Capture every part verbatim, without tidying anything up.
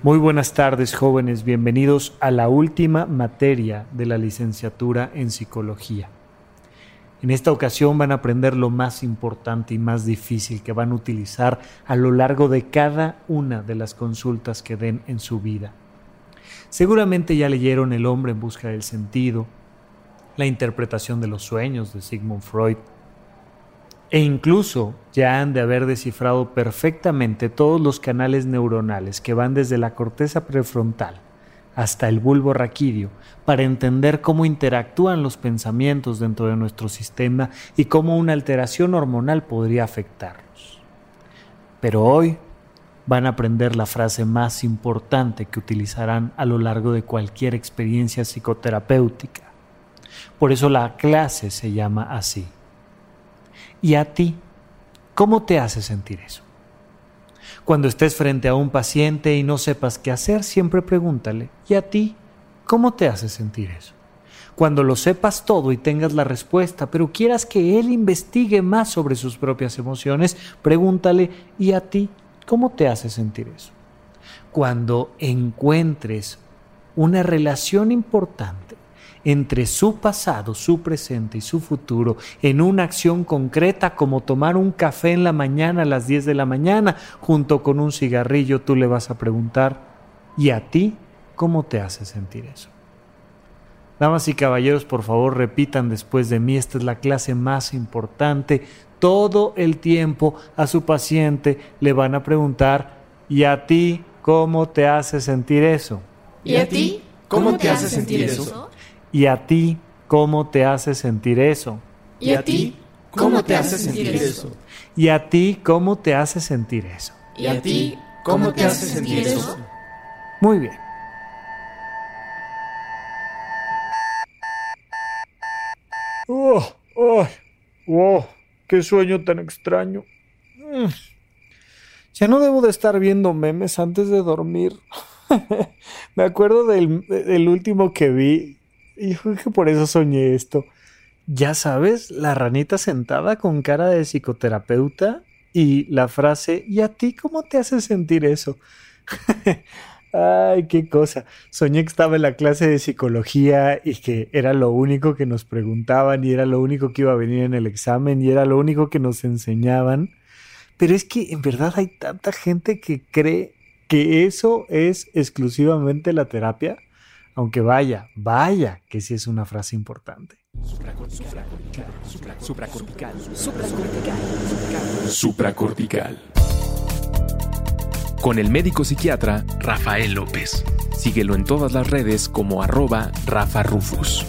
Muy buenas tardes, jóvenes. Bienvenidos a la última materia de la licenciatura en psicología. En esta ocasión van a aprender lo más importante y más difícil que van a utilizar a lo largo de cada una de las consultas que den en su vida. Seguramente ya leyeron El hombre en busca del sentido, La interpretación de los sueños de Sigmund Freud, e incluso ya han de haber descifrado perfectamente todos los canales neuronales que van desde la corteza prefrontal hasta el bulbo raquídeo para entender cómo interactúan los pensamientos dentro de nuestro sistema y cómo una alteración hormonal podría afectarlos. Pero hoy van a aprender la frase más importante que utilizarán a lo largo de cualquier experiencia psicoterapéutica. Por eso la clase se llama así. ¿Y a ti? ¿Cómo te hace sentir eso? Cuando estés frente a un paciente y no sepas qué hacer, siempre pregúntale, ¿y a ti? ¿Cómo te hace sentir eso? Cuando lo sepas todo y tengas la respuesta, pero quieras que él investigue más sobre sus propias emociones, pregúntale, ¿y a ti? ¿Cómo te hace sentir eso? Cuando encuentres una relación importante entre su pasado, su presente y su futuro en una acción concreta como tomar un café en la mañana a las diez de la mañana junto con un cigarrillo, tú le vas a preguntar, ¿y a ti cómo te hace sentir eso? Damas y caballeros, por favor, repitan después de mí, esta es la clase más importante. Todo el tiempo a su paciente le van a preguntar, ¿y a ti cómo te hace sentir eso? ¿Y a ti cómo te hace sentir eso? ¿Y a ti cómo te hace sentir eso? ¿Y a ti cómo te hace sentir eso? ¿Y a ti cómo te hace sentir eso? ¿Y a ti cómo te hace sentir eso? Muy bien. Oh, oh, oh, qué sueño tan extraño. Mm. Ya no debo de estar viendo memes antes de dormir. Me acuerdo del, del último que vi. Y creo que por eso soñé esto. Ya sabes, la ranita sentada con cara de psicoterapeuta y la frase, ¿y a ti cómo te hace sentir eso? Ay, qué cosa. Soñé que estaba en la clase de psicología y que era lo único que nos preguntaban y era lo único que iba a venir en el examen y era lo único que nos enseñaban. Pero es que en verdad hay tanta gente que cree que eso es exclusivamente la terapia. Aunque vaya, vaya, que sí es una frase importante. Supracortical, supracortical, supracortical, supracortical. Con el médico psiquiatra Rafael López. Síguelo en todas las redes como arroba Rafa Rufus.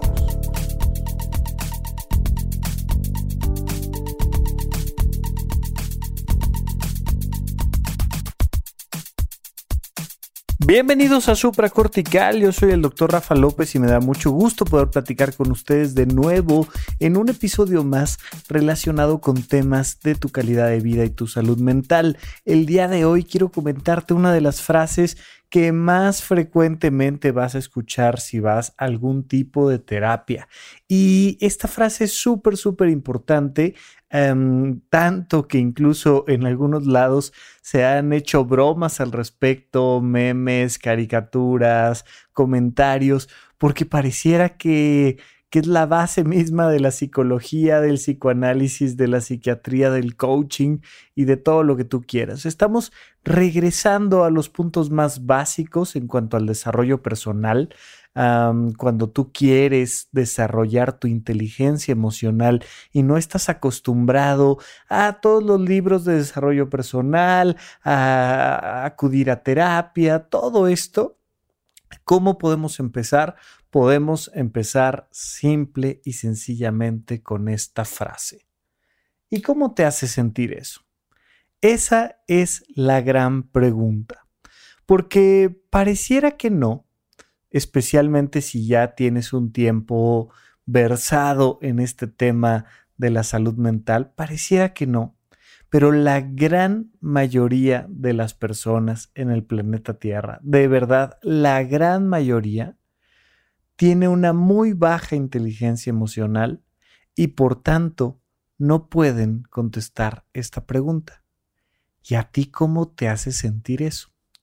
Bienvenidos a Supracortical, yo soy el doctor Rafa López y me da mucho gusto poder platicar con ustedes de nuevo en un episodio más relacionado con temas de tu calidad de vida y tu salud mental. El día de hoy quiero comentarte una de las frases que más frecuentemente vas a escuchar si vas a algún tipo de terapia. Y esta frase es súper, súper importante, um, tanto que incluso en algunos lados se han hecho bromas al respecto, memes, caricaturas, comentarios, porque pareciera que, que es la base misma de la psicología, del psicoanálisis, de la psiquiatría, del coaching y de todo lo que tú quieras. Estamos regresando a los puntos más básicos en cuanto al desarrollo personal. Um, cuando tú quieres desarrollar tu inteligencia emocional y no estás acostumbrado a todos los libros de desarrollo personal, a, a acudir a terapia, todo esto, ¿cómo podemos empezar? Podemos empezar simple y sencillamente con esta frase. ¿Y cómo te hace sentir eso? Esa es la gran pregunta, porque pareciera que no, especialmente si ya tienes un tiempo versado en este tema de la salud mental, pareciera que no, pero la gran mayoría de las personas en el planeta Tierra, de verdad, la gran mayoría, tiene una muy baja inteligencia emocional y por tanto no pueden contestar esta pregunta. ¿Y a ti cómo te hace sentir eso?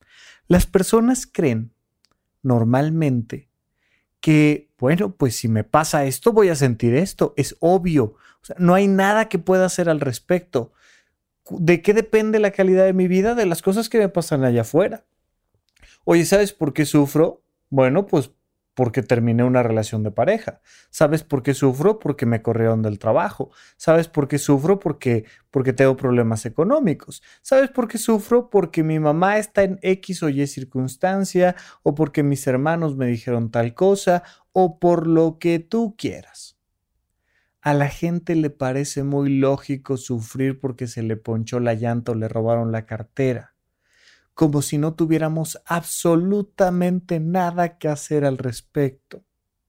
Las personas creen normalmente que, bueno, pues si me pasa esto, voy a sentir esto. Es obvio. O sea, no hay nada que pueda hacer al respecto. ¿De qué depende la calidad de mi vida? De las cosas que me pasan allá afuera. Oye, ¿sabes por qué sufro? Bueno, pues porque terminé una relación de pareja. ¿Sabes por qué sufro? Porque me corrieron del trabajo. ¿Sabes por qué sufro? Porque, porque tengo problemas económicos. ¿Sabes por qué sufro? Porque mi mamá está en X o Y circunstancia, o porque mis hermanos me dijeron tal cosa, o por lo que tú quieras. A la gente le parece muy lógico sufrir porque se le ponchó la llanta o le robaron la cartera, como si no tuviéramos absolutamente nada que hacer al respecto.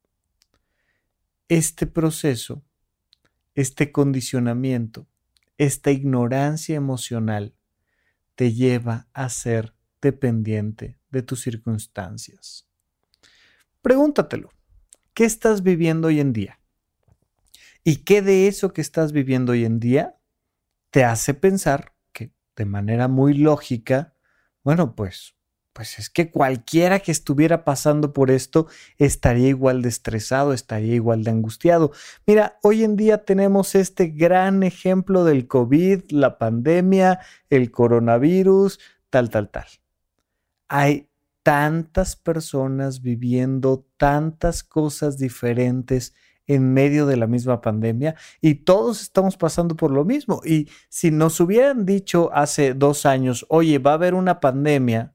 Este proceso, este condicionamiento, esta ignorancia emocional te lleva a ser dependiente de tus circunstancias. Pregúntatelo, ¿qué estás viviendo hoy en día? ¿Y qué de eso que estás viviendo hoy en día te hace pensar que de manera muy lógica, bueno, pues, pues es que cualquiera que estuviera pasando por esto estaría igual de estresado, estaría igual de angustiado? Mira, hoy en día tenemos este gran ejemplo del COVID, la pandemia, el coronavirus, tal, tal, tal. Hay tantas personas viviendo tantas cosas diferentes en medio de la misma pandemia, y todos estamos pasando por lo mismo. Y si nos hubieran dicho hace dos años, oye, va a haber una pandemia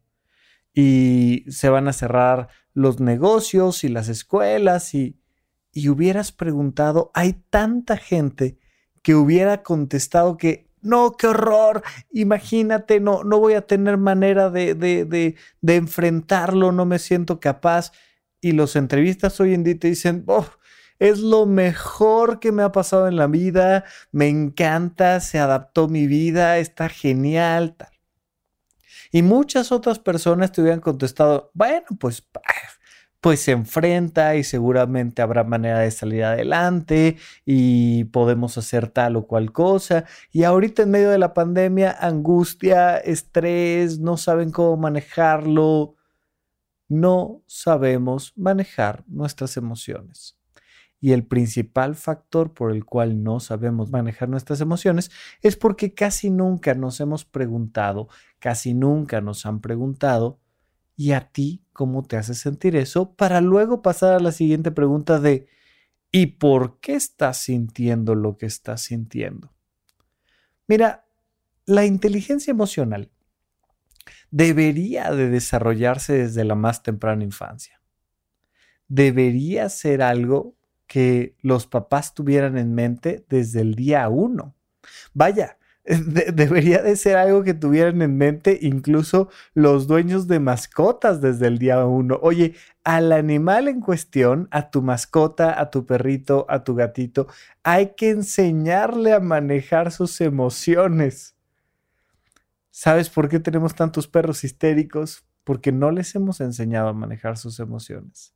y se van a cerrar los negocios y las escuelas, y, y hubieras preguntado, hay tanta gente que hubiera contestado que no, qué horror, imagínate, no, no voy a tener manera de, de, de, de enfrentarlo, no me siento capaz. Y los entrevistas hoy en día te dicen, oh, es lo mejor que me ha pasado en la vida, me encanta, se adaptó mi vida, está genial, tal. Y muchas otras personas te hubieran contestado, bueno, pues, pues se enfrenta y seguramente habrá manera de salir adelante y podemos hacer tal o cual cosa. Y ahorita en medio de la pandemia, angustia, estrés, no saben cómo manejarlo. No sabemos manejar nuestras emociones. Y el principal factor por el cual no sabemos manejar nuestras emociones es porque casi nunca nos hemos preguntado, casi nunca nos han preguntado, ¿y a ti cómo te hace sentir eso? Para luego pasar a la siguiente pregunta de, ¿y por qué estás sintiendo lo que estás sintiendo? Mira, la inteligencia emocional debería de desarrollarse desde la más temprana infancia. Debería ser algo que los papás tuvieran en mente desde el día uno. Vaya, de- debería de ser algo que tuvieran en mente incluso los dueños de mascotas desde el día uno. Oye, al animal en cuestión, a tu mascota, a tu perrito, a tu gatito, hay que enseñarle a manejar sus emociones. ¿Sabes por qué tenemos tantos perros histéricos? Porque no les hemos enseñado a manejar sus emociones.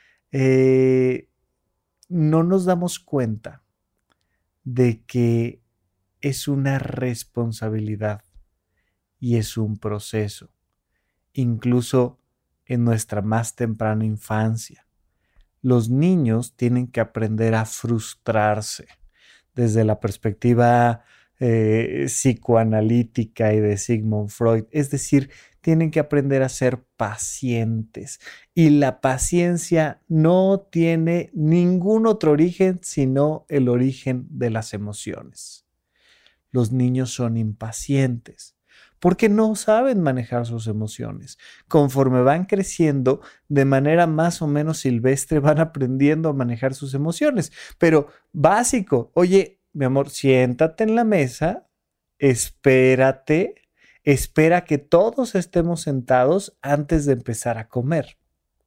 Eh... No nos damos cuenta de que es una responsabilidad y es un proceso, incluso en nuestra más temprana infancia. Los niños tienen que aprender a frustrarse desde la perspectiva eh, psicoanalítica y de Sigmund Freud, es decir, tienen que aprender a ser pacientes. Y la paciencia no tiene ningún otro origen sino el origen de las emociones. Los niños son impacientes porque no saben manejar sus emociones. Conforme van creciendo, de manera más o menos silvestre, van aprendiendo a manejar sus emociones. Pero básico, oye, mi amor, siéntate en la mesa, espérate, espera que todos estemos sentados antes de empezar a comer.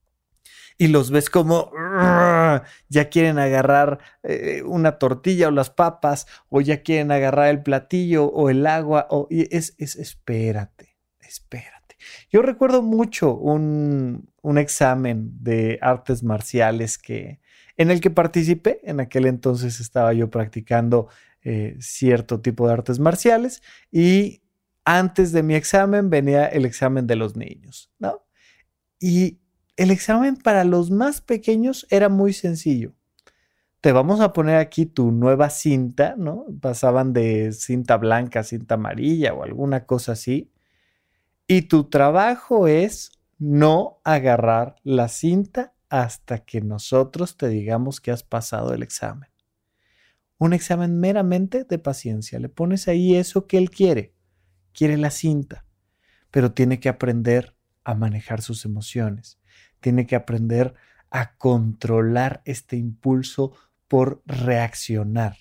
Y los ves como ya quieren agarrar eh, una tortilla o las papas, o ya quieren agarrar el platillo o el agua, o, y es, es espérate, espérate. Yo recuerdo mucho un, un examen de artes marciales que, en el que participé. En aquel entonces estaba yo practicando eh, cierto tipo de artes marciales y antes de mi examen venía el examen de los niños, ¿no? Y el examen para los más pequeños era muy sencillo. Te vamos a poner aquí tu nueva cinta, ¿no? Pasaban de cinta blanca a cinta amarilla o alguna cosa así. Y tu trabajo es no agarrar la cinta hasta que nosotros te digamos que has pasado el examen. Un examen meramente de paciencia. Le pones ahí eso que él quiere. Quiere la cinta, pero tiene que aprender a manejar sus emociones. Tiene que aprender a controlar este impulso por reaccionar.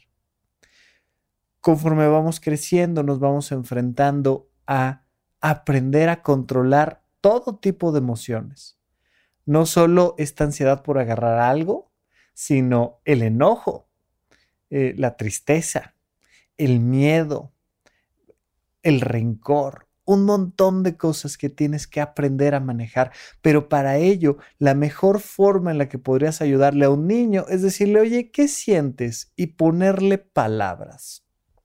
Conforme vamos creciendo, nos vamos enfrentando a aprender a controlar todo tipo de emociones. No solo esta ansiedad por agarrar algo, sino el enojo, eh, la tristeza, el miedo, el rencor, un montón de cosas que tienes que aprender a manejar. Pero para ello, la mejor forma en la que podrías ayudarle a un niño es decirle, oye, ¿qué sientes? Y ponerle palabras.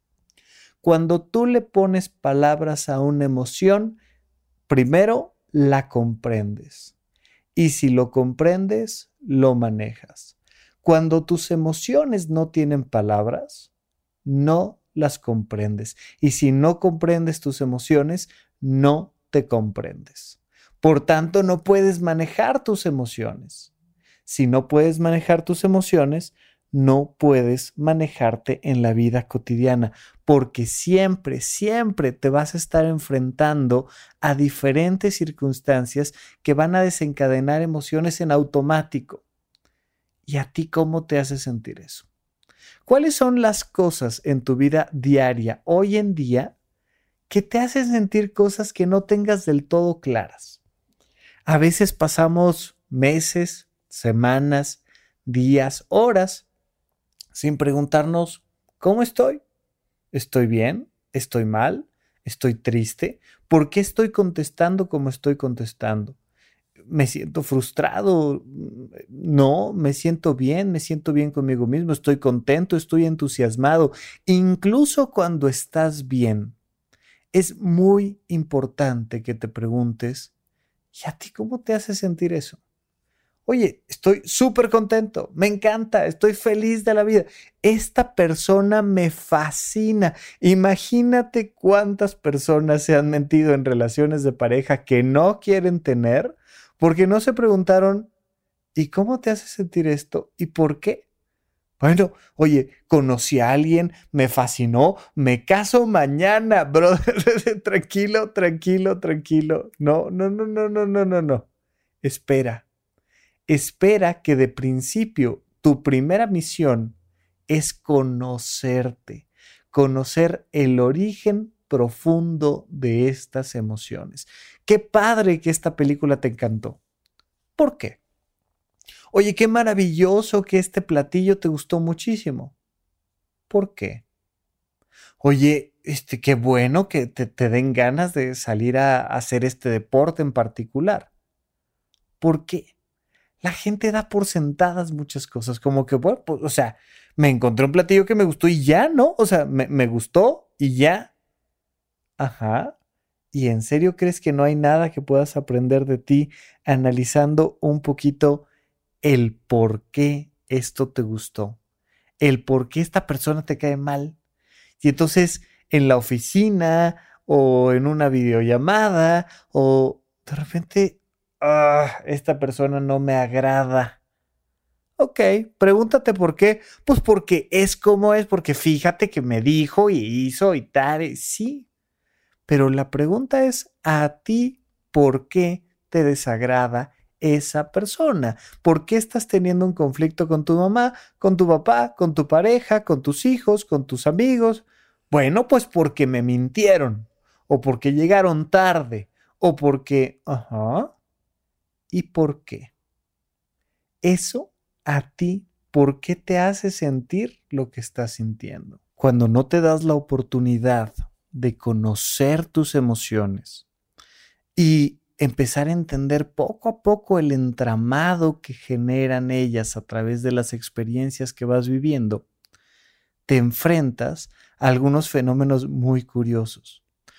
Cuando tú le pones palabras a una emoción, primero la comprendes. Y si lo comprendes, lo manejas. Cuando tus emociones no tienen palabras, no las comprendes. Y si no comprendes tus emociones, no te comprendes. Por tanto, no puedes manejar tus emociones. Si no puedes manejar tus emociones, no puedes manejarte en la vida cotidiana, porque siempre, siempre te vas a estar enfrentando a diferentes circunstancias que van a desencadenar emociones en automático. ¿Y a ti cómo te hace sentir eso? ¿Cuáles son las cosas en tu vida diaria hoy en día que te hacen sentir cosas que no tengas del todo claras? A veces pasamos meses, semanas, días, horas sin preguntarnos, ¿cómo estoy? ¿Estoy bien? ¿Estoy mal? ¿Estoy triste? ¿Por qué estoy contestando como estoy contestando? ¿Me siento frustrado? No, me siento bien, me siento bien conmigo mismo, estoy contento, estoy entusiasmado. Incluso cuando estás bien, es muy importante que te preguntes, ¿y a ti cómo te hace sentir eso? Oye, estoy súper contento, me encanta, estoy feliz de la vida. Esta persona me fascina. Imagínate cuántas personas se han metido en relaciones de pareja que no quieren tener porque no se preguntaron, ¿y cómo te hace sentir esto? ¿Y por qué? Bueno, oye, conocí a alguien, me fascinó, me caso mañana, brother. Tranquilo, tranquilo, tranquilo. No, no, no, no, no, no, no, no. Espera. Espera que de principio tu primera misión es conocerte, conocer el origen profundo de estas emociones. Qué padre que esta película te encantó. ¿Por qué? Oye, qué maravilloso que este platillo te gustó muchísimo. ¿Por qué? Oye, este, qué bueno que te, te den ganas de salir a, a hacer este deporte en particular. ¿Por qué? La gente da por sentadas muchas cosas, como que, bueno, pues, o sea, me encontré un platillo que me gustó y ya, ¿no? O sea, me, me gustó y ya. Ajá. ¿Y en serio crees que no hay nada que puedas aprender de ti analizando un poquito el por qué esto te gustó? El por qué esta persona te cae mal. Y entonces, en la oficina o en una videollamada o de repente... Ah, esta persona no me agrada. Ok, pregúntate por qué. Pues porque es como es, porque fíjate que me dijo y hizo y tal. Sí, pero la pregunta es a ti, ¿por qué te desagrada esa persona? ¿Por qué estás teniendo un conflicto con tu mamá, con tu papá, con tu pareja, con tus hijos, con tus amigos? Bueno, pues porque me mintieron, o porque llegaron tarde, o porque... Ajá. ¿Y por qué? Eso a ti, ¿por qué te hace sentir lo que estás sintiendo? Cuando no te das la oportunidad de conocer tus emociones y empezar a entender poco a poco el entramado que generan ellas a través de las experiencias que vas viviendo, te enfrentas a algunos fenómenos muy curiosos.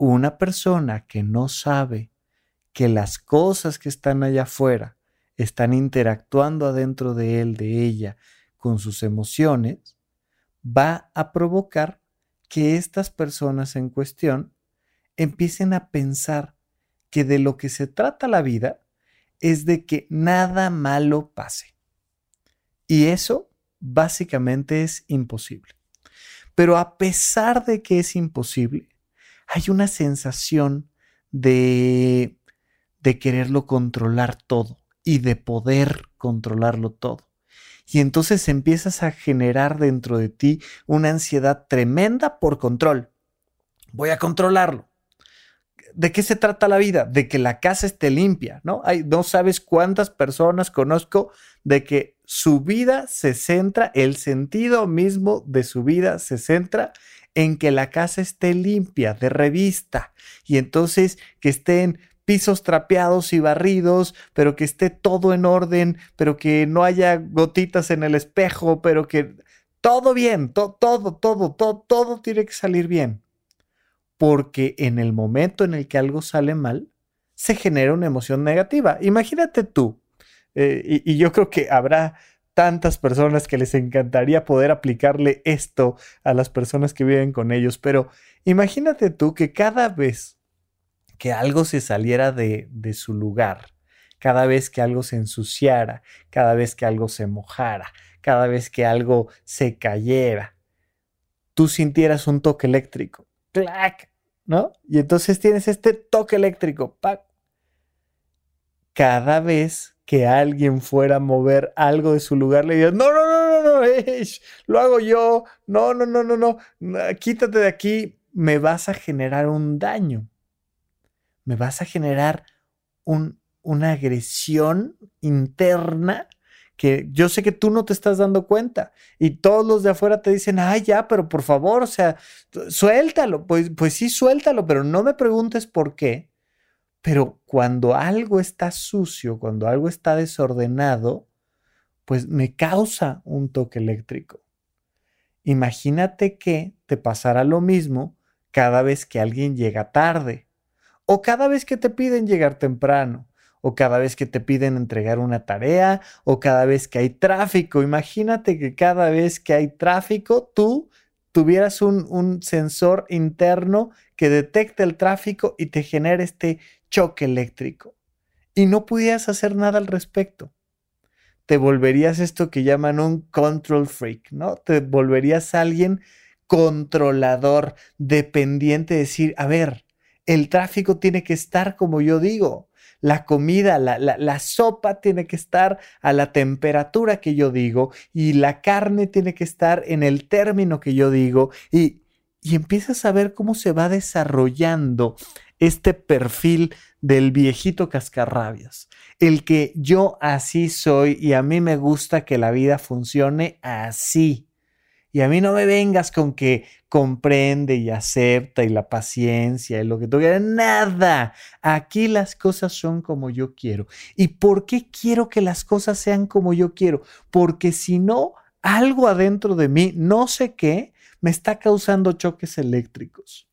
una persona que no sabe que las cosas que están allá afuera están interactuando adentro de él, de ella, con sus emociones, va a provocar que estas personas en cuestión empiecen a pensar que de lo que se trata la vida es de que nada malo pase. Y eso básicamente es imposible. Pero a pesar de que es imposible, hay una sensación de, de quererlo controlar todo y de poder controlarlo todo. Y entonces empiezas a generar dentro de ti una ansiedad tremenda por control. Voy a controlarlo. ¿De qué se trata la vida? De que la casa esté limpia, ¿no? Hay, no sabes cuántas personas conozco de que su vida se centra, el sentido mismo de su vida se centra en que la casa esté limpia, de revista, y entonces que estén pisos trapeados y barridos, pero que esté todo en orden, pero que no haya gotitas en el espejo, pero que todo bien, to, todo, todo, todo, todo tiene que salir bien. Porque en el momento en el que algo sale mal, se genera una emoción negativa. Imagínate tú, eh, y, y yo creo que habrá tantas personas que les encantaría poder aplicarle esto a las personas que viven con ellos, pero imagínate tú que cada vez que algo se saliera de, de su lugar, cada vez que algo se ensuciara, cada vez que algo se mojara, cada vez que algo se cayera, tú sintieras un toque eléctrico. ¡Clac! ¿No? Y entonces tienes este toque eléctrico. ¡Pac! Cada vez que alguien fuera a mover algo de su lugar, le dirías, no, no, no, no, no, eh, lo hago yo, no, no, no, no, no, quítate de aquí, me vas a generar un daño. Me vas a generar un, una agresión interna que yo sé que tú no te estás dando cuenta y todos los de afuera te dicen, ay, ya, pero por favor, o sea, suéltalo, pues, pues sí, suéltalo, pero no me preguntes por qué. Pero cuando algo está sucio, cuando algo está desordenado, pues me causa un toque eléctrico. Imagínate que te pasara lo mismo cada vez que alguien llega tarde, o cada vez que te piden llegar temprano, o cada vez que te piden entregar una tarea, o cada vez que hay tráfico. Imagínate que cada vez que hay tráfico, tú tuvieras un, un sensor interno que detecte el tráfico y te genere este choque eléctrico. Y no pudieras hacer nada al respecto. Te volverías esto que llaman un control freak, ¿no? Te volverías alguien controlador, dependiente, de decir, a ver, el tráfico tiene que estar como yo digo. La comida, la, la, la sopa tiene que estar a la temperatura que yo digo y la carne tiene que estar en el término que yo digo y, y empiezas a ver cómo se va desarrollando este perfil del viejito cascarrabias, el que yo así soy y a mí me gusta que la vida funcione así. Y a mí no me vengas con que comprende y acepta y la paciencia y lo que tú quieras. Nada. Aquí las cosas son como yo quiero. ¿Y por qué quiero que las cosas sean como yo quiero? Porque si no, algo adentro de mí, no sé qué, me está causando choques eléctricos.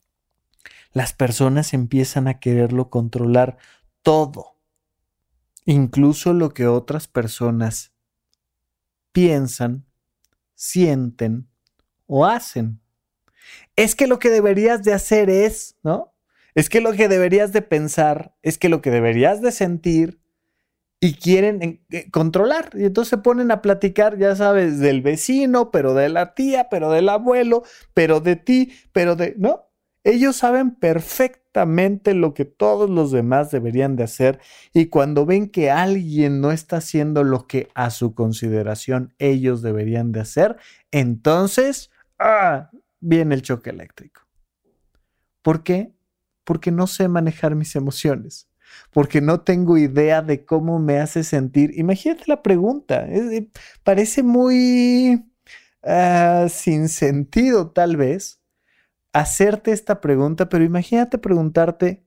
Las personas empiezan a quererlo controlar todo. Incluso lo que otras personas piensan, sienten o hacen. Es que lo que deberías de hacer es, ¿no? Es que lo que deberías de pensar, es que lo que deberías de sentir y quieren eh, controlar. Y entonces se ponen a platicar, ya sabes, del vecino, pero de la tía, pero del abuelo, pero de ti, pero de, ¿no? Ellos saben perfectamente lo que todos los demás deberían de hacer y cuando ven que alguien no está haciendo lo que a su consideración ellos deberían de hacer, entonces ¡ah! Viene el choque eléctrico. ¿Por qué? Porque no sé manejar mis emociones, porque no tengo idea de cómo me hace sentir. Imagínate la pregunta, es, parece muy uh, sin sentido tal vez, hacerte esta pregunta, pero imagínate preguntarte,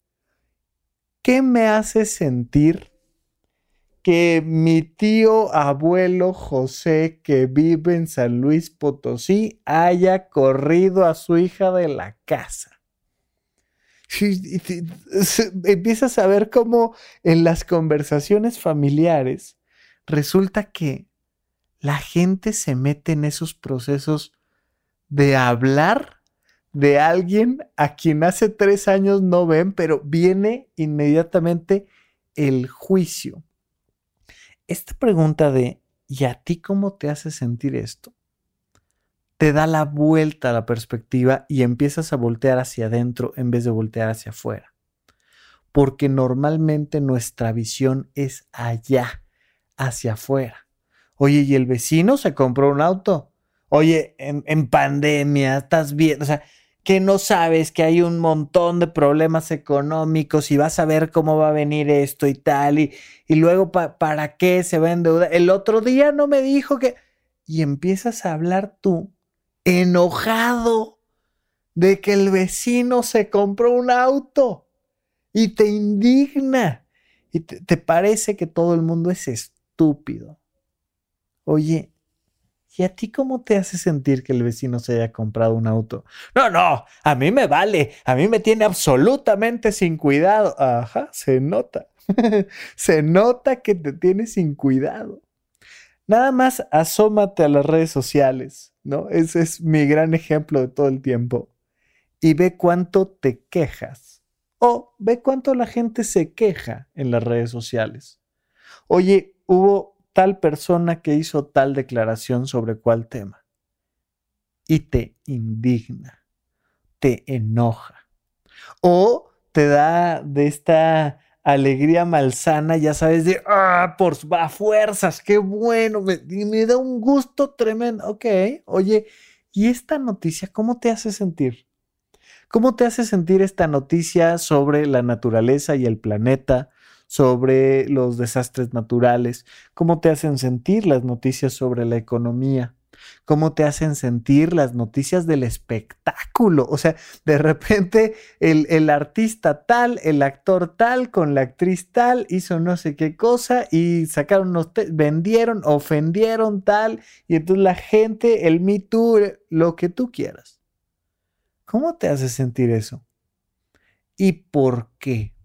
¿qué me hace sentir que mi tío abuelo José, que vive en San Luis Potosí, haya corrido a su hija de la casa? Y te- se- empiezas a ver cómo en las conversaciones familiares resulta que la gente se mete en esos procesos de hablar de alguien a quien hace tres años no ven, pero viene inmediatamente el juicio. Esta pregunta de ¿y a ti cómo te hace sentir esto? Te da la vuelta a la perspectiva y empiezas a voltear hacia adentro en vez de voltear hacia afuera. Porque normalmente nuestra visión es allá, hacia afuera. Oye, ¿y el vecino se compró un auto? Oye, en, en pandemia, estás bien, o sea, que no sabes que hay un montón de problemas económicos y vas a ver cómo va a venir esto y tal, y, y luego pa, ¿para qué se va a endeudar? El otro día no me dijo que... Y empiezas a hablar tú enojado de que el vecino se compró un auto y te indigna y te, te parece que todo el mundo es estúpido. Oye, ¿y a ti cómo te hace sentir que el vecino se haya comprado un auto? No, no, a mí me vale, a mí me tiene absolutamente sin cuidado. Ajá, se nota, se nota que te tiene sin cuidado. Nada más asómate a las redes sociales, ¿no? Ese es mi gran ejemplo de todo el tiempo. Y ve cuánto te quejas. O ve cuánto la gente se queja en las redes sociales. Oye, hubo tal persona que hizo tal declaración sobre cuál tema. Y te indigna, te enoja. O te da de esta alegría malsana, ya sabes, de ah, por a fuerzas, qué bueno, me, me da un gusto tremendo. Ok, oye, ¿y esta noticia cómo te hace sentir? ¿Cómo te hace sentir esta noticia sobre la naturaleza y el planeta, sobre los desastres naturales? ¿Cómo te hacen sentir las noticias sobre la economía? ¿Cómo te hacen sentir las noticias del espectáculo? O sea, de repente el, el artista tal, el actor tal, con la actriz tal, hizo no sé qué cosa y sacaron unos, te- vendieron, ofendieron tal, y entonces la gente, el Me Too, lo que tú quieras. ¿Cómo te hace sentir eso? ¿Y por qué?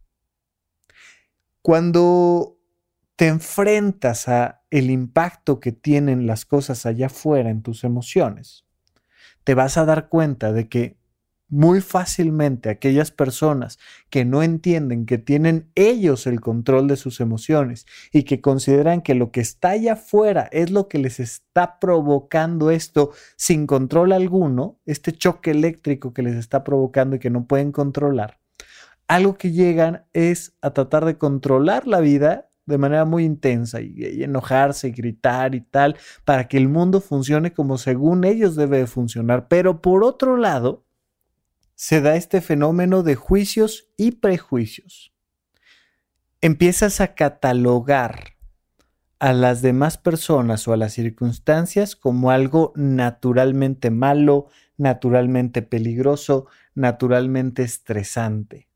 Cuando te enfrentas a el impacto que tienen las cosas allá afuera en tus emociones, te vas a dar cuenta de que muy fácilmente aquellas personas que no entienden que tienen ellos el control de sus emociones y que consideran que lo que está allá afuera es lo que les está provocando esto sin control alguno, este choque eléctrico que les está provocando y que no pueden controlar, algo que llegan es a tratar de controlar la vida de manera muy intensa y, y enojarse y gritar y tal para que el mundo funcione como según ellos debe de funcionar. Pero por otro lado, se da este fenómeno de juicios y prejuicios. Empiezas a catalogar a las demás personas o a las circunstancias como algo naturalmente malo, naturalmente peligroso, naturalmente estresante.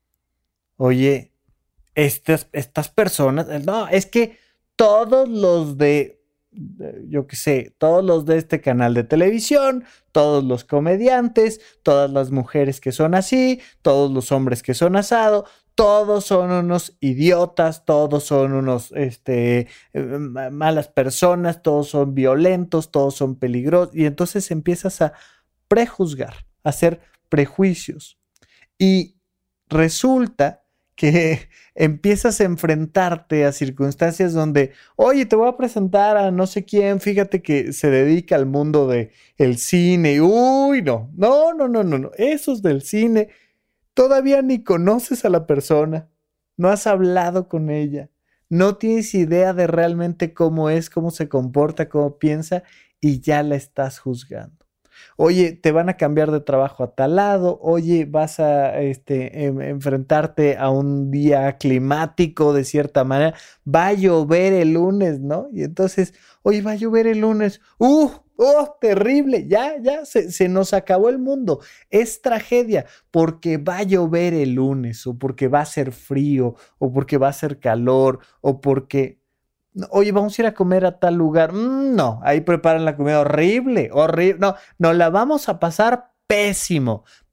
Oye, estas, estas personas, no, es que todos los de, yo qué sé, todos los de este canal de televisión, todos los comediantes, todas las mujeres que son así, todos los hombres que son asado, todos son unos idiotas, todos son unos, este, eh, malas personas, todos son violentos, todos son peligrosos, y entonces empiezas a prejuzgar, a hacer prejuicios. Y resulta que empiezas a enfrentarte a circunstancias donde, oye, te voy a presentar a no sé quién, fíjate que se dedica al mundo de el cine, uy, no, no, no, no, no, no, esos del cine, todavía ni conoces a la persona, no has hablado con ella, no tienes idea de realmente cómo es, cómo se comporta, cómo piensa, y ya la estás juzgando. Oye, te van a cambiar de trabajo a tal lado, oye, vas a este, em, enfrentarte a un día climático de cierta manera, va a llover el lunes, ¿no? Y entonces, oye, va a llover el lunes, ¡uh! ¡Oh, terrible! Ya, ya, se, se nos acabó el mundo. Es tragedia porque va a llover el lunes, o porque va a ser frío, o porque va a ser calor, o porque... Oye, vamos a ir a comer a tal lugar. Mm, no, ahí preparan la comida horrible, horrible. No, nos la vamos a pasar pésimo,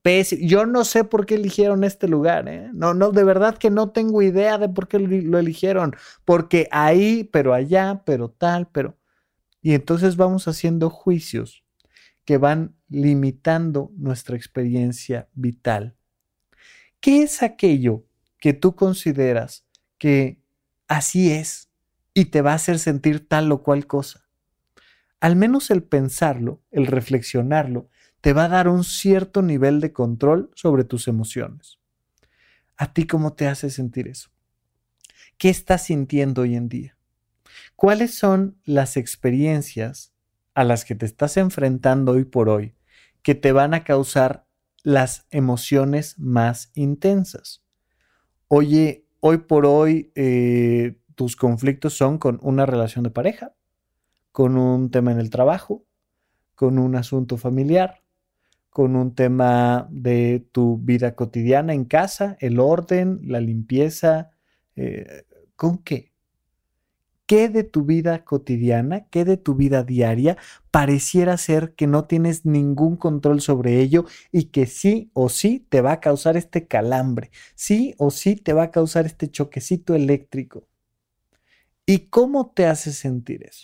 pésimo. Yo no sé por qué eligieron este lugar, ¿eh? No, no, de verdad que no tengo idea de por qué lo eligieron. Porque ahí, pero allá, pero tal, pero... Y entonces vamos haciendo juicios que van limitando nuestra experiencia vital. ¿Qué es aquello que tú consideras que así es y te va a hacer sentir tal o cual cosa? Al menos el pensarlo, el reflexionarlo, te va a dar un cierto nivel de control sobre tus emociones. ¿A ti cómo te hace sentir eso? ¿Qué estás sintiendo hoy en día? ¿Cuáles son las experiencias a las que te estás enfrentando hoy por hoy que te van a causar las emociones más intensas? Oye, hoy por hoy eh, tus conflictos son con una relación de pareja, con un tema en el trabajo, con un asunto familiar, con un tema de tu vida cotidiana en casa, el orden, la limpieza. Eh, ¿Con qué? ¿Qué de tu vida cotidiana, qué de tu vida diaria pareciera ser que no tienes ningún control sobre ello y que sí o sí te va a causar este calambre, sí o sí te va a causar este choquecito eléctrico? ¿Y cómo te hace sentir eso?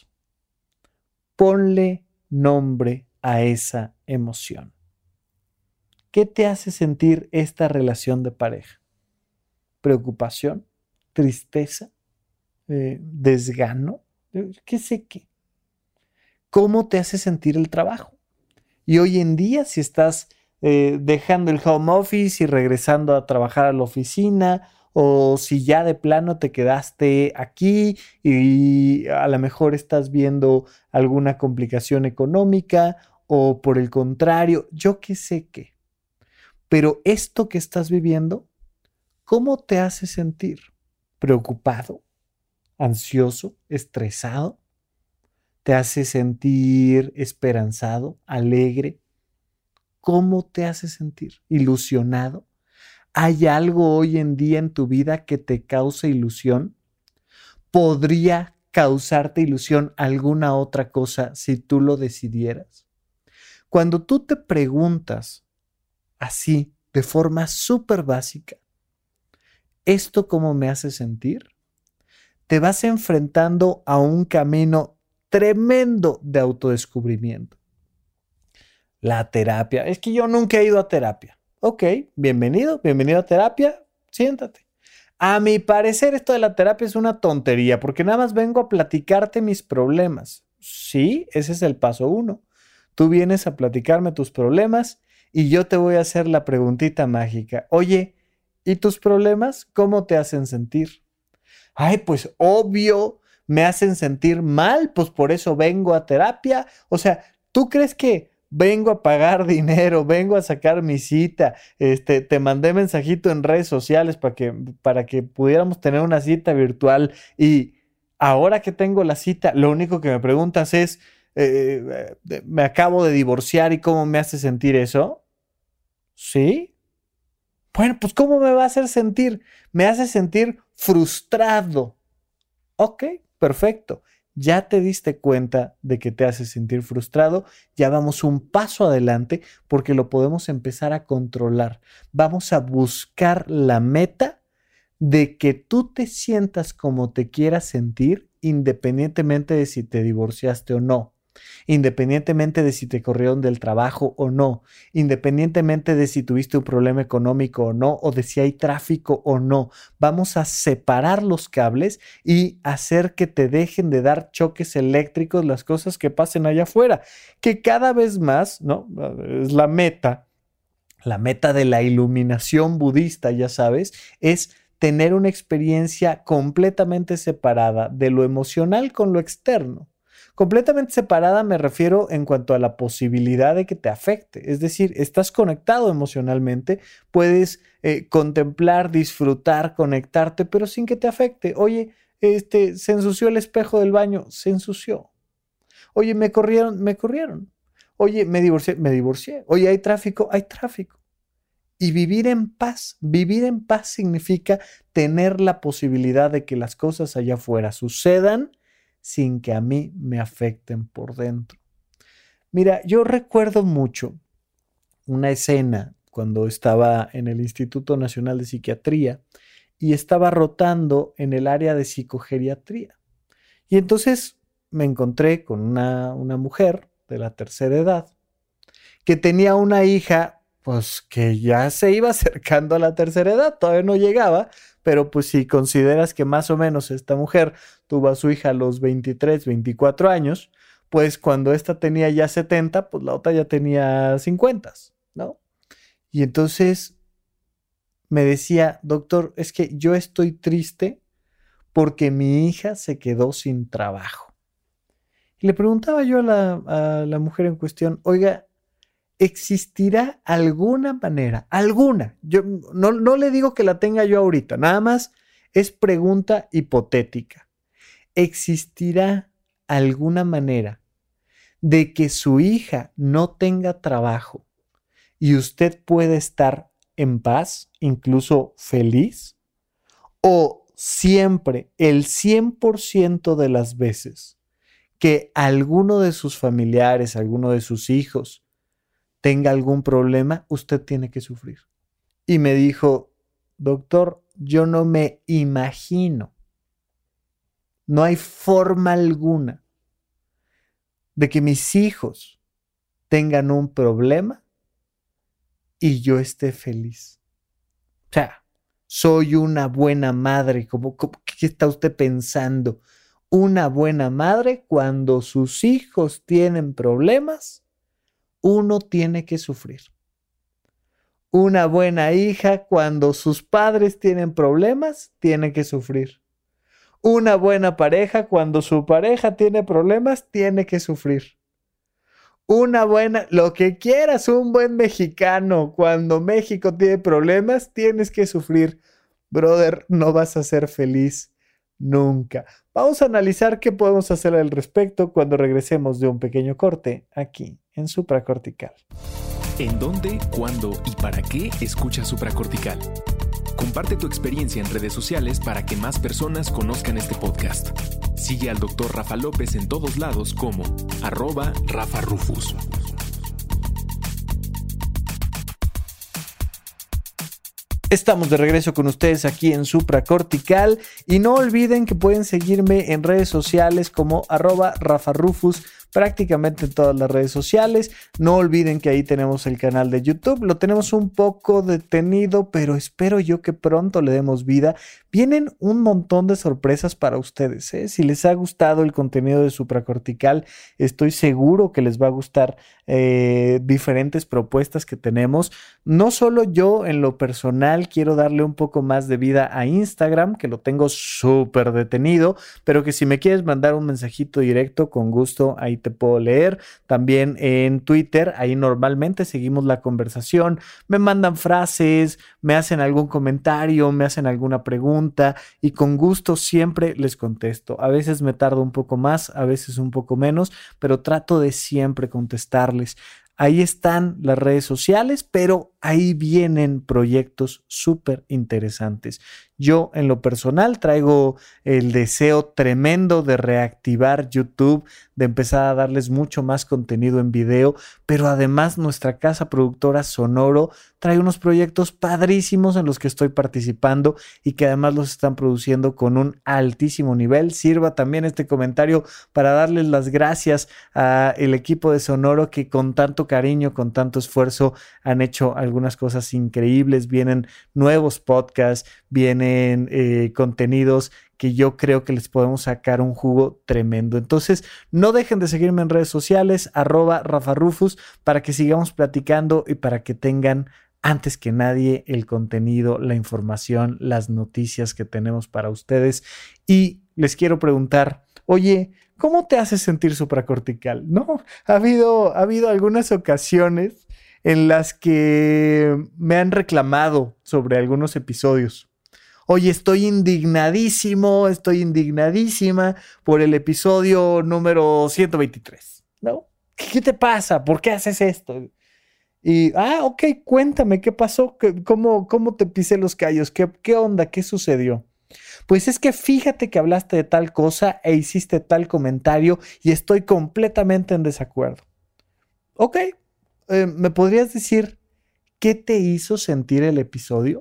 Ponle nombre a esa emoción. ¿Qué te hace sentir esta relación de pareja? ¿Preocupación? ¿Tristeza? Eh, ¿Desgano? ¿Qué sé qué? ¿Cómo te hace sentir el trabajo? Y hoy en día, si estás eh, dejando el home office y regresando a trabajar a la oficina, o si ya de plano te quedaste aquí y a lo mejor estás viendo alguna complicación económica, o por el contrario, yo qué sé qué. Pero esto que estás viviendo, ¿cómo te hace sentir? ¿Preocupado? ¿Ansioso? ¿Estresado? ¿Te hace sentir esperanzado? ¿Alegre? ¿Cómo te hace sentir? ¿Ilusionado? ¿Hay algo hoy en día en tu vida que te cause ilusión? ¿Podría causarte ilusión alguna otra cosa si tú lo decidieras? Cuando tú te preguntas así, de forma súper básica, ¿esto cómo me hace sentir? Te vas enfrentando a un camino tremendo de autodescubrimiento. La terapia. Es que yo nunca he ido a terapia. Ok, bienvenido, bienvenido a terapia. Siéntate. A mi parecer, esto de la terapia es una tontería, porque nada más vengo a platicarte mis problemas. Sí, ese es el paso uno. Tú vienes a platicarme tus problemas y yo te voy a hacer la preguntita mágica. Oye, ¿y tus problemas cómo te hacen sentir? Ay, pues obvio, me hacen sentir mal, pues por eso vengo a terapia. O sea, ¿tú crees que vengo a pagar dinero, vengo a sacar mi cita, este, te mandé mensajito en redes sociales para que, para que pudiéramos tener una cita virtual y ahora que tengo la cita, lo único que me preguntas es, eh, eh, me acabo de divorciar y cómo me hace sentir eso? ¿Sí? Bueno, pues ¿cómo me va a hacer sentir? Me hace sentir frustrado. Ok, perfecto. Ya te diste cuenta de que te hace sentir frustrado, ya vamos un paso adelante porque lo podemos empezar a controlar. Vamos a buscar la meta de que tú te sientas como te quieras sentir, independientemente de si te divorciaste o no, independientemente de si te corrieron del trabajo o no, independientemente de si tuviste un problema económico o no, o de si hay tráfico o no. Vamos a separar los cables y hacer que te dejen de dar choques eléctricos las cosas que pasen allá afuera, que cada vez más, ¿no? Es la meta, la meta de la iluminación budista, ya sabes, es tener una experiencia completamente separada de lo emocional con lo externo. Completamente separada me refiero en cuanto a la posibilidad de que te afecte. Es decir, estás conectado emocionalmente, puedes eh, contemplar, disfrutar, conectarte, pero sin que te afecte. Oye, este, se ensució el espejo del baño, se ensució. Oye, me corrieron, me corrieron. Oye, me divorcié, me divorcié. Oye, hay tráfico, hay tráfico. Y vivir en paz, vivir en paz significa tener la posibilidad de que las cosas allá afuera sucedan sin que a mí me afecten por dentro. Mira, yo recuerdo mucho una escena cuando estaba en el Instituto Nacional de Psiquiatría y estaba rotando en el área de psicogeriatría. Y entonces me encontré con una, una mujer de la tercera edad que tenía una hija, pues que ya se iba acercando a la tercera edad, todavía no llegaba, pero pues si consideras que más o menos esta mujer tuvo a su hija a los veintitrés, veinticuatro años, pues cuando esta tenía ya setenta, pues la otra ya tenía cincuenta, ¿no? Y entonces me decía, doctor, es que yo estoy triste porque mi hija se quedó sin trabajo. Y le preguntaba yo a la, a la mujer en cuestión, oiga, ¿existirá alguna manera, alguna? Yo no, no le digo que la tenga yo ahorita, nada más es pregunta hipotética. ¿Existirá alguna manera de que su hija no tenga trabajo y usted pueda estar en paz, incluso feliz? ¿O siempre, el cien por ciento de las veces que alguno de sus familiares, alguno de sus hijos tenga algún problema, usted tiene que sufrir? Y me dijo, doctor, yo no me imagino, no hay forma alguna de que mis hijos tengan un problema y yo esté feliz. O sea, soy una buena madre. ¿Cómo, cómo, ¿Qué está usted pensando? Una buena madre, cuando sus hijos tienen problemas, uno tiene que sufrir. Una buena hija, cuando sus padres tienen problemas, tiene que sufrir. Una buena pareja, cuando su pareja tiene problemas, tiene que sufrir. Una buena, lo que quieras, un buen mexicano, cuando México tiene problemas, tienes que sufrir. Brother, no vas a ser feliz nunca. Vamos a analizar qué podemos hacer al respecto cuando regresemos de un pequeño corte aquí en Supracortical. ¿En dónde, cuándo y para qué escuchas Supracortical? Comparte tu experiencia en redes sociales para que más personas conozcan este podcast. Sigue al doctor Rafa López en todos lados como arroba Rafa Rufus. Estamos de regreso con ustedes aquí en Supracortical y no olviden que pueden seguirme en redes sociales como arroba Rafa Rufus, prácticamente en todas las redes sociales. No olviden que ahí tenemos el canal de YouTube, lo tenemos un poco detenido, pero espero yo que pronto le demos vida. Vienen un montón de sorpresas para ustedes, ¿eh? Si les ha gustado el contenido de Supracortical, estoy seguro que les va a gustar eh, diferentes propuestas que tenemos. No solo yo en lo personal quiero darle un poco más de vida a Instagram, que lo tengo súper detenido, pero que si me quieres mandar un mensajito directo, con gusto ahí te puedo leer. También en Twitter, ahí normalmente seguimos la conversación, me mandan frases, me hacen algún comentario, me hacen alguna pregunta y con gusto siempre les contesto. A veces me tardo un poco más, a veces un poco menos, pero trato de siempre contestarles. Ahí están las redes sociales, pero ahí vienen proyectos súper interesantes. Yo en lo personal traigo el deseo tremendo de reactivar YouTube, de empezar a darles mucho más contenido en video, pero además nuestra casa productora Sonoro trae unos proyectos padrísimos en los que estoy participando y que además los están produciendo con un altísimo nivel. Sirva también este comentario para darles las gracias al equipo de Sonoro que con tanto cariño, con tanto esfuerzo han hecho algunas cosas increíbles. Vienen nuevos podcasts, vienen eh, contenidos que yo creo que les podemos sacar un jugo tremendo. Entonces, no dejen de seguirme en redes sociales, arroba Rafa Rufus, para que sigamos platicando y para que tengan antes que nadie el contenido, la información, las noticias que tenemos para ustedes. Y les quiero preguntar, oye, ¿cómo te hace sentir Supracortical? ¿No? Ha habido, ha habido algunas ocasiones en las que me han reclamado sobre algunos episodios. Oye, estoy indignadísimo, estoy indignadísima por el episodio número ciento veintitrés, ¿no? ¿Qué te pasa? ¿Por qué haces esto? Y, ah, ok, cuéntame, ¿qué pasó? ¿Cómo, cómo te pisé los callos? ¿Qué, qué onda? ¿Qué sucedió? Pues es que fíjate que hablaste de tal cosa e hiciste tal comentario y estoy completamente en desacuerdo. Ok, eh, ¿me podrías decir ¿qué te hizo sentir el episodio?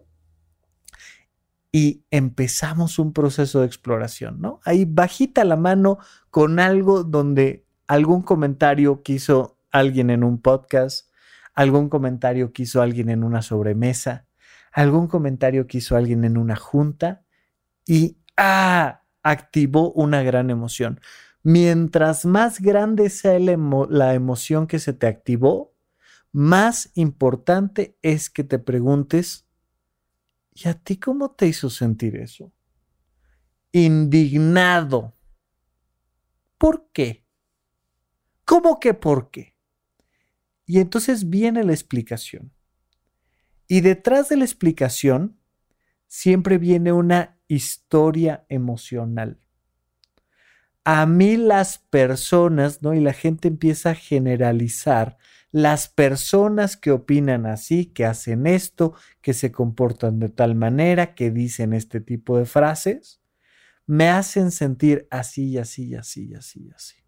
Y empezamos un proceso de exploración, ¿no? Ahí bajita la mano con algo donde algún comentario que hizo alguien en un podcast, algún comentario que hizo alguien en una sobremesa, algún comentario que hizo alguien en una junta y ¡ah! Activó una gran emoción. Mientras más grande sea la, emo- la emoción que se te activó, más importante es que te preguntes, ¿y a ti cómo te hizo sentir eso? Indignado. ¿Por qué? ¿Cómo que por qué? Y entonces viene la explicación. Y detrás de la explicación siempre viene una historia emocional. A mí las personas, ¿no? Y la gente empieza a generalizar. Las personas que opinan así, que hacen esto, que se comportan de tal manera, que dicen este tipo de frases, me hacen sentir así y así y así y así y así.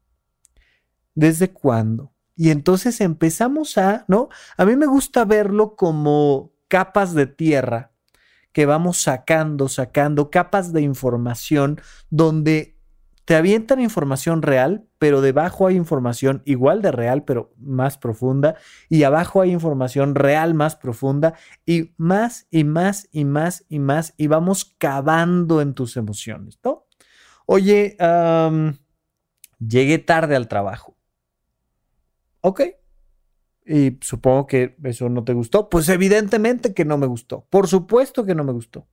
¿Desde cuándo? Y entonces empezamos a, ¿no? A mí me gusta verlo como capas de tierra que vamos sacando, sacando, capas de información donde te avientan información real, pero debajo hay información igual de real, pero más profunda, y abajo hay información real más profunda, y más y más y más y más, y vamos cavando en tus emociones, ¿no? Oye, um, llegué tarde al trabajo. Ok. Y supongo que eso no te gustó. Pues evidentemente que no me gustó. Por supuesto que no me gustó.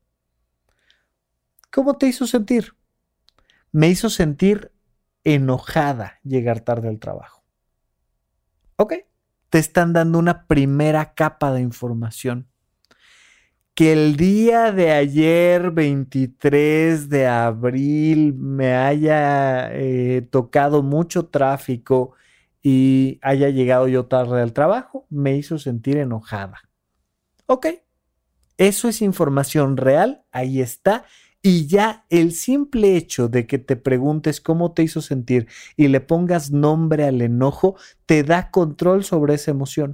¿Cómo te hizo sentir? Me hizo sentir enojada llegar tarde al trabajo. Ok, te están dando una primera capa de información. Que el día de ayer, veintitrés de abril, me haya eh, tocado mucho tráfico y haya llegado yo tarde al trabajo, me hizo sentir enojada. Ok, eso es información real, ahí está. Y ya el simple hecho de que te preguntes cómo te hizo sentir y le pongas nombre al enojo, te da control sobre esa emoción.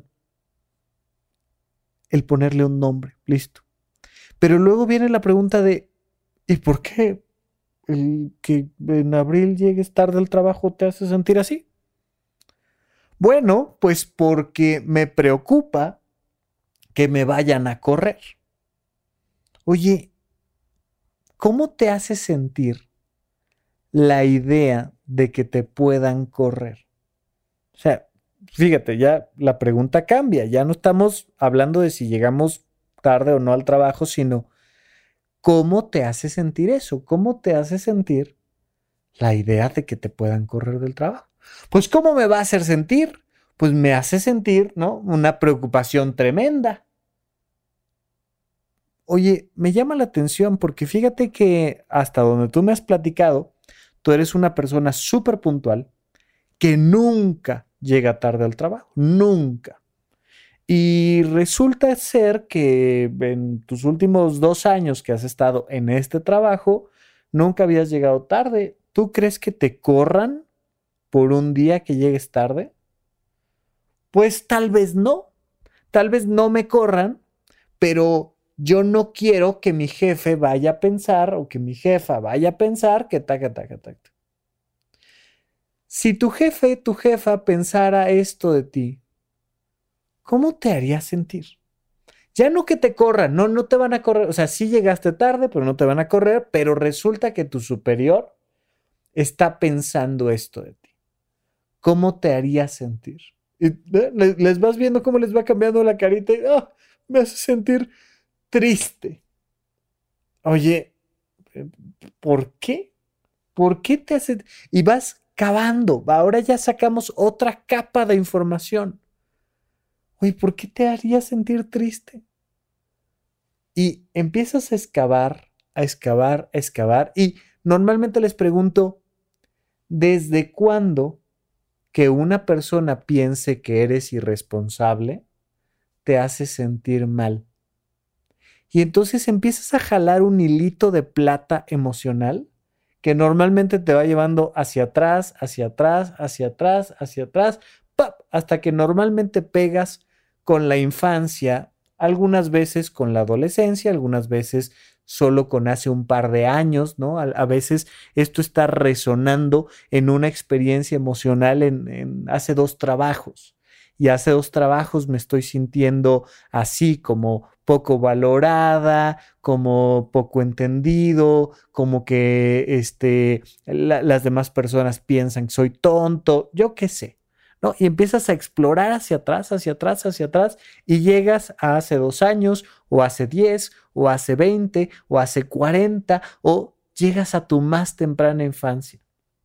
El ponerle un nombre, listo. Pero luego viene la pregunta de, ¿y por qué el que en abril llegues tarde al trabajo te hace sentir así? Bueno, pues porque me preocupa que me vayan a correr. Oye, ¿cómo te hace sentir la idea de que te puedan correr? O sea, fíjate, ya la pregunta cambia. Ya no estamos hablando de si llegamos tarde o no al trabajo, sino ¿cómo te hace sentir eso? ¿Cómo te hace sentir la idea de que te puedan correr del trabajo? Pues, ¿cómo me va a hacer sentir? Pues me hace sentir, ¿no? Una preocupación tremenda. Oye, me llama la atención porque fíjate que hasta donde tú me has platicado, tú eres una persona súper puntual que nunca llega tarde al trabajo, nunca. Y resulta ser que en tus últimos dos años que has estado en este trabajo, nunca habías llegado tarde. ¿Tú crees que te corran por un día que llegues tarde? Pues tal vez no, tal vez no me corran, pero yo no quiero que mi jefe vaya a pensar o que mi jefa vaya a pensar que taca, taca, taca. Si tu jefe, tu jefa pensara esto de ti, ¿cómo te haría sentir? Ya no que te corran, no, no te van a correr. O sea, sí llegaste tarde, pero no te van a correr, pero resulta que tu superior está pensando esto de ti. ¿Cómo te haría sentir? Y ¿eh? les, les vas viendo cómo les va cambiando la carita y oh, me hace sentir triste. Oye, ¿por qué? ¿Por qué te hace? Y vas cavando. Ahora ya sacamos otra capa de información. Oye, ¿por qué te haría sentir triste? Y empiezas a excavar, a excavar, a excavar. Y normalmente les pregunto, ¿desde cuándo que una persona piense que eres irresponsable te hace sentir mal? Y entonces empiezas a jalar un hilito de plata emocional que normalmente te va llevando hacia atrás, hacia atrás, hacia atrás, hacia atrás, ¡pap! Hasta que normalmente pegas con la infancia, algunas veces con la adolescencia, algunas veces solo con hace un par de años, ¿no? A, a veces esto está resonando en una experiencia emocional en, en hace dos trabajos. Y hace dos trabajos me estoy sintiendo así, como poco valorada, como poco entendido, como que este, la, las demás personas piensan que soy tonto, yo qué sé, ¿no? Y empiezas a explorar hacia atrás, hacia atrás, hacia atrás, y llegas a hace dos años, o hace diez, o hace veinte, o hace cuarenta, o llegas a tu más temprana infancia.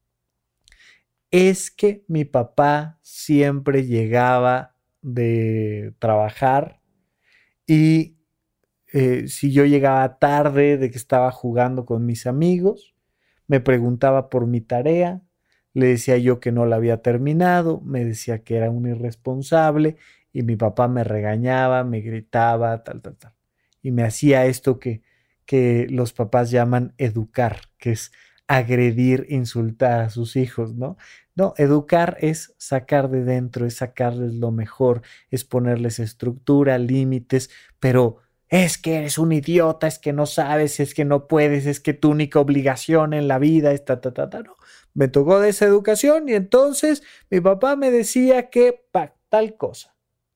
Es que mi papá siempre llegaba de trabajar y eh, si yo llegaba tarde de que estaba jugando con mis amigos, me preguntaba por mi tarea, le decía yo que no la había terminado, me decía que era un irresponsable y mi papá me regañaba, me gritaba, tal, tal, tal. Y me hacía esto que, que los papás llaman educar, que es agredir, insultar a sus hijos, ¿no? No, educar es sacar de dentro, es sacarles lo mejor, es ponerles estructura, límites, pero es que eres un idiota, es que no sabes, es que no puedes, es que tu única obligación en la vida es ta, ta, ta, ta, no. Me tocó de esa educación y entonces mi papá me decía que pa, tal cosa.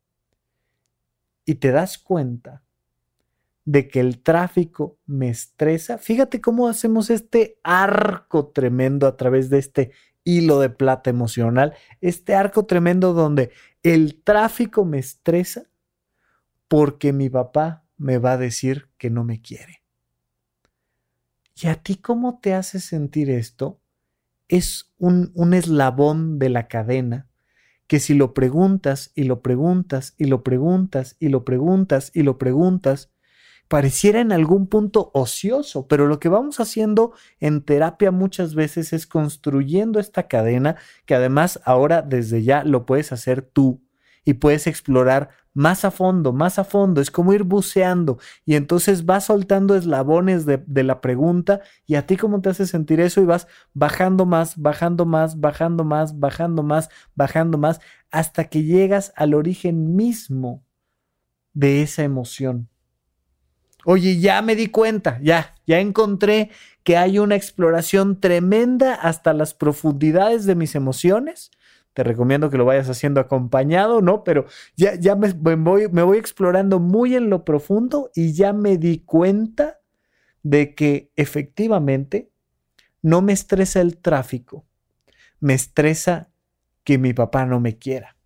Y te das cuenta de que el tráfico me estresa. Fíjate cómo hacemos este arco tremendo a través de este hilo de plata emocional, este arco tremendo donde el tráfico me estresa porque mi papá me va a decir que no me quiere. ¿Y a ti cómo te hace sentir esto? Es un, un eslabón de la cadena que si lo preguntas y lo preguntas y lo preguntas y lo preguntas y lo preguntas, pareciera en algún punto ocioso, pero lo que vamos haciendo en terapia muchas veces es construyendo esta cadena que además ahora desde ya lo puedes hacer tú y puedes explorar más a fondo, más a fondo, es como ir buceando y entonces vas soltando eslabones de, de la pregunta y a ti cómo te hace sentir eso y vas bajando más, bajando más, bajando más, bajando más, bajando más, hasta que llegas al origen mismo de esa emoción. Oye, ya me di cuenta, ya, ya encontré que hay una exploración tremenda hasta las profundidades de mis emociones. Te recomiendo que lo vayas haciendo acompañado, ¿no? Pero ya, ya me, me, voy, me voy explorando muy en lo profundo y ya me di cuenta de que efectivamente no me estresa el tráfico, me estresa que mi papá no me quiera.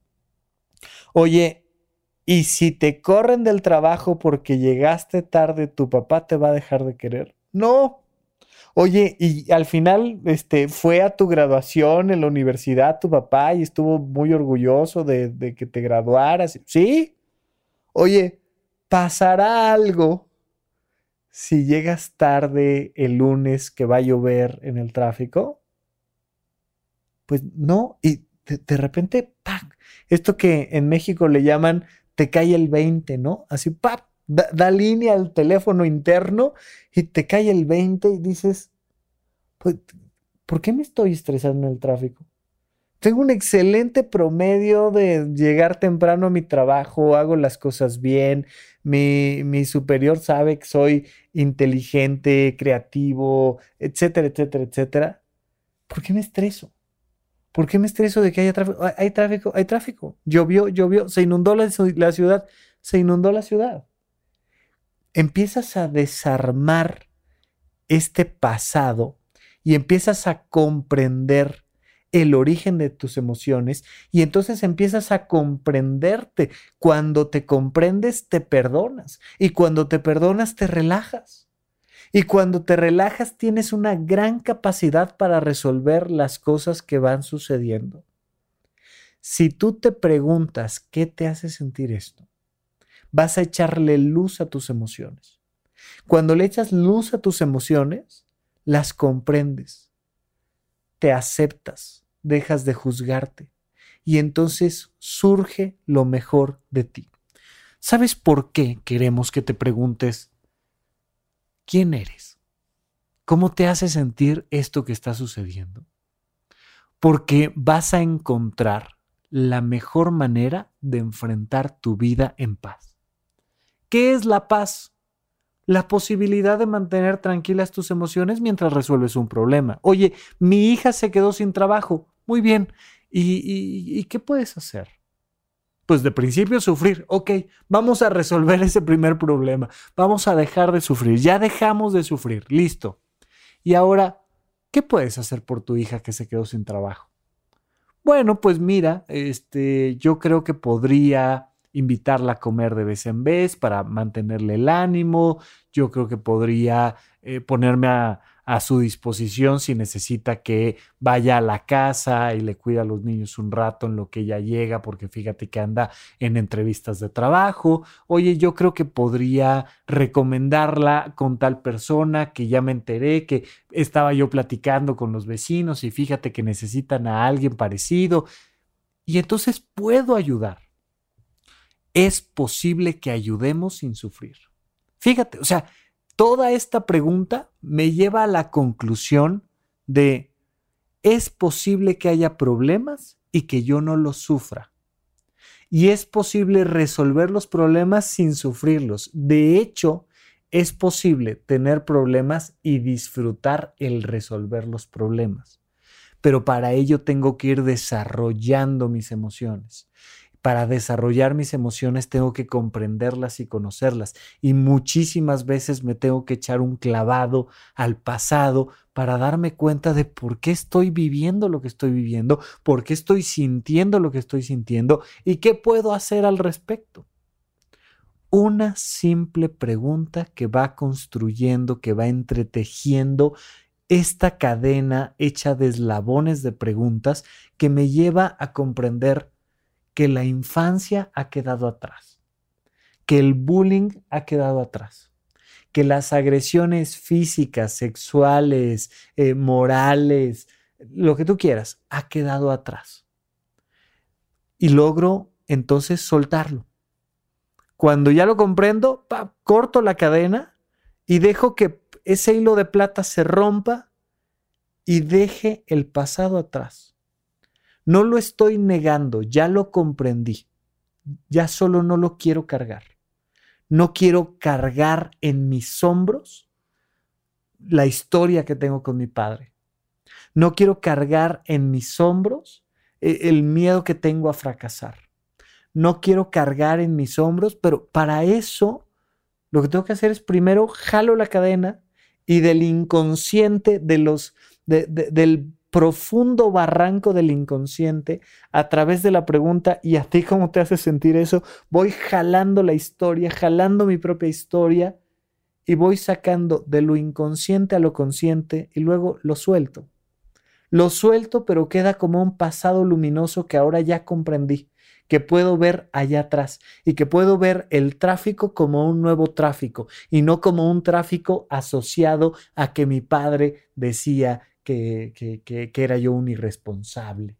Oye, y si te corren del trabajo porque llegaste tarde, ¿tu papá te va a dejar de querer? No. Oye, y al final este, fue a tu graduación en la universidad tu papá y estuvo muy orgulloso de, de que te graduaras. ¿Sí? Oye, ¿pasará algo si llegas tarde el lunes que va a llover en el tráfico? Pues no. Y de, de repente, ¡pam! Esto que en México le llaman te cae el veinte, ¿no? Así, ¡pap! Da, da línea al teléfono interno y te cae el veinte y dices, pues, ¿por qué me estoy estresando en el tráfico? Tengo un excelente promedio de llegar temprano a mi trabajo, hago las cosas bien, mi, mi superior sabe que soy inteligente, creativo, etcétera, etcétera, etcétera. ¿Por qué me estreso? ¿Por qué me estreso de que haya tráfico? Hay tráfico, hay tráfico. Llovió, llovió, se inundó la, la ciudad, se inundó la ciudad. Empiezas a desarmar este pasado y empiezas a comprender el origen de tus emociones y entonces empiezas a comprenderte. Cuando te comprendes, te perdonas y cuando te perdonas, te relajas. Y cuando te relajas tienes una gran capacidad para resolver las cosas que van sucediendo. Si tú te preguntas qué te hace sentir esto, vas a echarle luz a tus emociones. Cuando le echas luz a tus emociones, las comprendes, te aceptas, dejas de juzgarte y entonces surge lo mejor de ti. ¿Sabes por qué queremos que te preguntes quién eres? ¿Cómo te hace sentir esto que está sucediendo? Porque vas a encontrar la mejor manera de enfrentar tu vida en paz. ¿Qué es la paz? La posibilidad de mantener tranquilas tus emociones mientras resuelves un problema. Oye, mi hija se quedó sin trabajo. Muy bien. ¿Y, y, y qué puedes hacer? Pues de principio sufrir. Ok, vamos a resolver ese primer problema. Vamos a dejar de sufrir. Ya dejamos de sufrir. Listo. Y ahora, ¿qué puedes hacer por tu hija que se quedó sin trabajo? Bueno, pues mira, este, yo creo que podría invitarla a comer de vez en vez para mantenerle el ánimo. Yo creo que podría eh, ponerme a, a su disposición si necesita que vaya a la casa y le cuida a los niños un rato en lo que ella llega, porque fíjate que anda en entrevistas de trabajo. Oye, yo creo que podría recomendarla con tal persona que ya me enteré que estaba yo platicando con los vecinos y fíjate que necesitan a alguien parecido. Y entonces puedo ayudar. Es posible que ayudemos sin sufrir. Fíjate, o sea, toda esta pregunta me lleva a la conclusión de es posible que haya problemas y que yo no los sufra. Y es posible resolver los problemas sin sufrirlos. De hecho, es posible tener problemas y disfrutar el resolver los problemas. Pero para ello tengo que ir desarrollando mis emociones. Para desarrollar mis emociones tengo que comprenderlas y conocerlas. Y muchísimas veces me tengo que echar un clavado al pasado para darme cuenta de por qué estoy viviendo lo que estoy viviendo, por qué estoy sintiendo lo que estoy sintiendo y qué puedo hacer al respecto. Una simple pregunta que va construyendo, que va entretejiendo esta cadena hecha de eslabones de preguntas que me lleva a comprender que la infancia ha quedado atrás, que el bullying ha quedado atrás, que las agresiones físicas, sexuales, eh, morales, lo que tú quieras, ha quedado atrás. Y logro entonces soltarlo. Cuando ya lo comprendo, pa, corto la cadena y dejo que ese hilo de plata se rompa y deje el pasado atrás. No lo estoy negando, ya lo comprendí. Ya solo no lo quiero cargar. No quiero cargar en mis hombros la historia que tengo con mi padre. No quiero cargar en mis hombros el miedo que tengo a fracasar. No quiero cargar en mis hombros, pero para eso lo que tengo que hacer es primero jalo la cadena y del inconsciente, de los, de, de, del profundo barranco del inconsciente, a través de la pregunta ¿y a ti cómo te hace sentir eso? Voy jalando la historia, jalando mi propia historia y voy sacando de lo inconsciente a lo consciente y luego lo suelto. Lo suelto, pero queda como un pasado luminoso que ahora ya comprendí, que puedo ver allá atrás y que puedo ver el tráfico como un nuevo tráfico y no como un tráfico asociado a que mi padre decía Que, que, que, que era yo un irresponsable.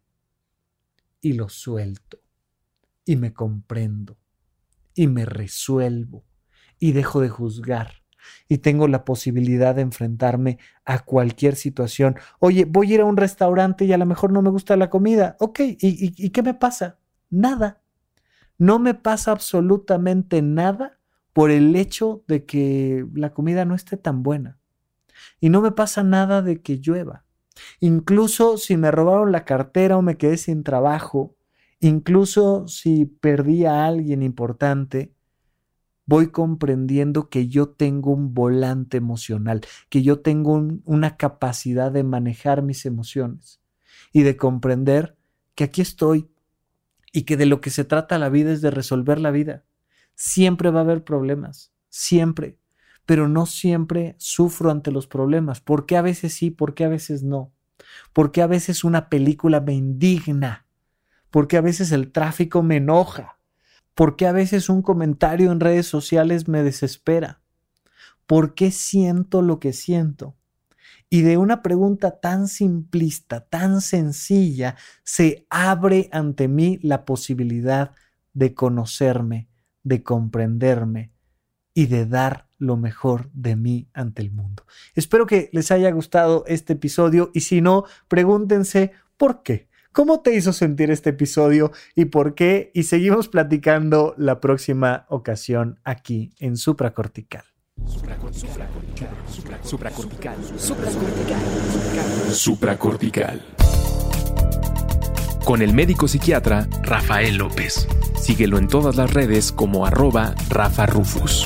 Y lo suelto y me comprendo y me resuelvo y dejo de juzgar y tengo la posibilidad de enfrentarme a cualquier situación. Oye, voy a ir a un restaurante y a lo mejor no me gusta la comida. Ok, ¿y, y, y qué me pasa? Nada. No me pasa absolutamente nada por el hecho de que la comida no esté tan buena. Y no me pasa nada de que llueva. Incluso si me robaron la cartera o me quedé sin trabajo, incluso si perdí a alguien importante, voy comprendiendo que yo tengo un volante emocional, que yo tengo un, una capacidad de manejar mis emociones y de comprender que aquí estoy y que de lo que se trata la vida es de resolver la vida. Siempre va a haber problemas, siempre. Pero no siempre sufro ante los problemas. ¿Por qué a veces sí? ¿Por qué a veces no? ¿Por qué a veces una película me indigna? ¿Por qué a veces el tráfico me enoja? ¿Por qué a veces un comentario en redes sociales me desespera? ¿Por qué siento lo que siento? Y de una pregunta tan simplista, tan sencilla, se abre ante mí la posibilidad de conocerme, de comprenderme y de dar lo mejor de mí ante el mundo. Espero que les haya gustado este episodio y si no, pregúntense ¿por qué? ¿Cómo te hizo sentir este episodio y por qué? Y seguimos platicando la próxima ocasión aquí en Supracortical. Supracortical. Supracortical. Supracortical. Supracortical. Con el médico psiquiatra Rafael López. Síguelo en todas las redes como arroba Rafa Rufus.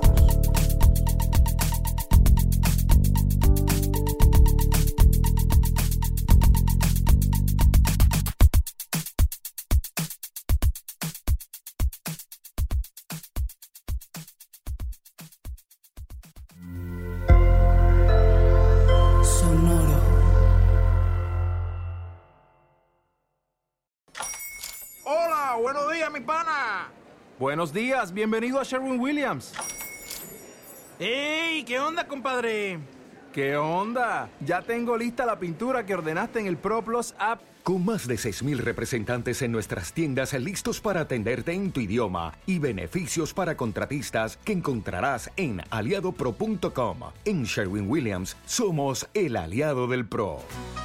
Buenos días, mi pana. Buenos días, bienvenido a Sherwin-Williams. ¡Ey! ¿Qué onda, compadre? ¿Qué onda? Ya tengo lista la pintura que ordenaste en el ProPlus app. Con más de seis mil representantes en nuestras tiendas listos para atenderte en tu idioma y beneficios para contratistas que encontrarás en aliado pro punto com. En Sherwin-Williams somos el aliado del pro.